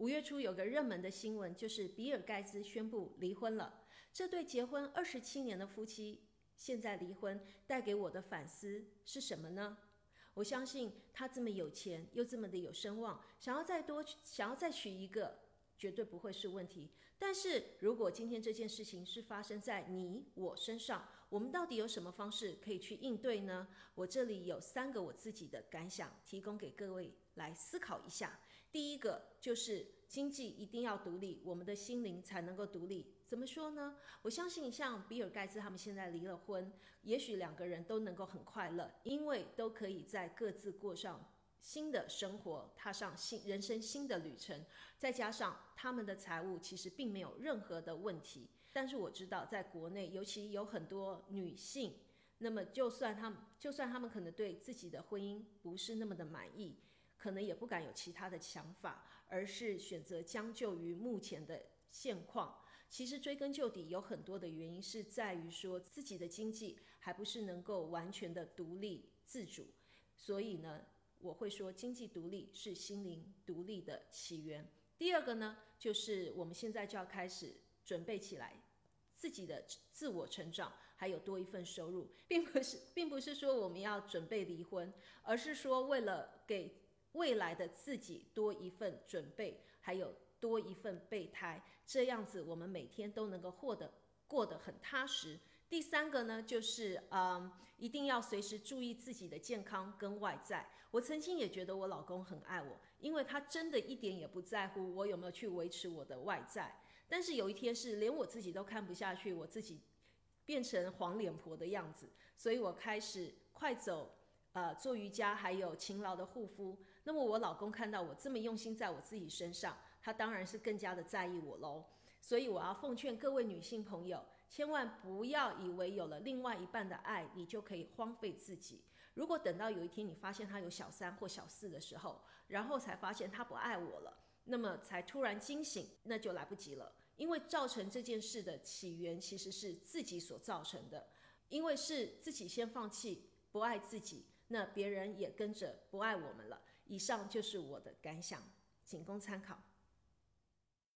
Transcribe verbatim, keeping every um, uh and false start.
五月初有个热门的新闻，就是比尔盖茨宣布离婚了。这对结婚二十七年的夫妻现在离婚，带给我的反思是什么呢？我相信他这么有钱，又这么的有声望，想要再多，想要再娶一个，绝对不会是问题。但是如果今天这件事情是发生在你我身上，我们到底有什么方式可以去应对呢？我这里有三个我自己的感想，提供给各位来思考一下。第一个就是经济一定要独立，我们的心灵才能够独立。怎么说呢？我相信像比尔盖茨他们现在离了婚，也许两个人都能够很快乐，因为都可以在各自过上新的生活，踏上新人生新的旅程，再加上他们的财务其实并没有任何的问题。但是我知道在国内，尤其有很多女性，那么就算他们就算他们可能对自己的婚姻不是那么的满意，可能也不敢有其他的想法，而是选择将就于目前的现况。其实追根究底，有很多的原因是在于说自己的经济还不是能够完全的独立自主，所以呢，我会说经济独立是心灵独立的起源。第二个呢，就是我们现在就要开始准备起来自己的自我成长，还有多一份收入，并不是并不是说我们要准备离婚，而是说为了给未来的自己多一份准备，还有多一份备胎，这样子我们每天都能够获得过得很踏实。第三个呢，就是嗯，一定要随时注意自己的健康跟外在。我曾经也觉得我老公很爱我，因为他真的一点也不在乎我有没有去维持我的外在。但是有一天是连我自己都看不下去，我自己变成黄脸婆的样子，所以我开始快走。呃，做瑜伽还有勤劳的护肤，那么我老公看到我这么用心在我自己身上，他当然是更加的在意我咯。所以我要奉劝各位女性朋友，千万不要以为有了另外一半的爱，你就可以荒废自己。如果等到有一天你发现他有小三或小四的时候，然后才发现他不爱我了，那么才突然惊醒，那就来不及了。因为造成这件事的起源其实是自己所造成的，因为是自己先放弃，不爱自己，那别人也跟着不爱我们了。以上就是我的感想，仅供参考。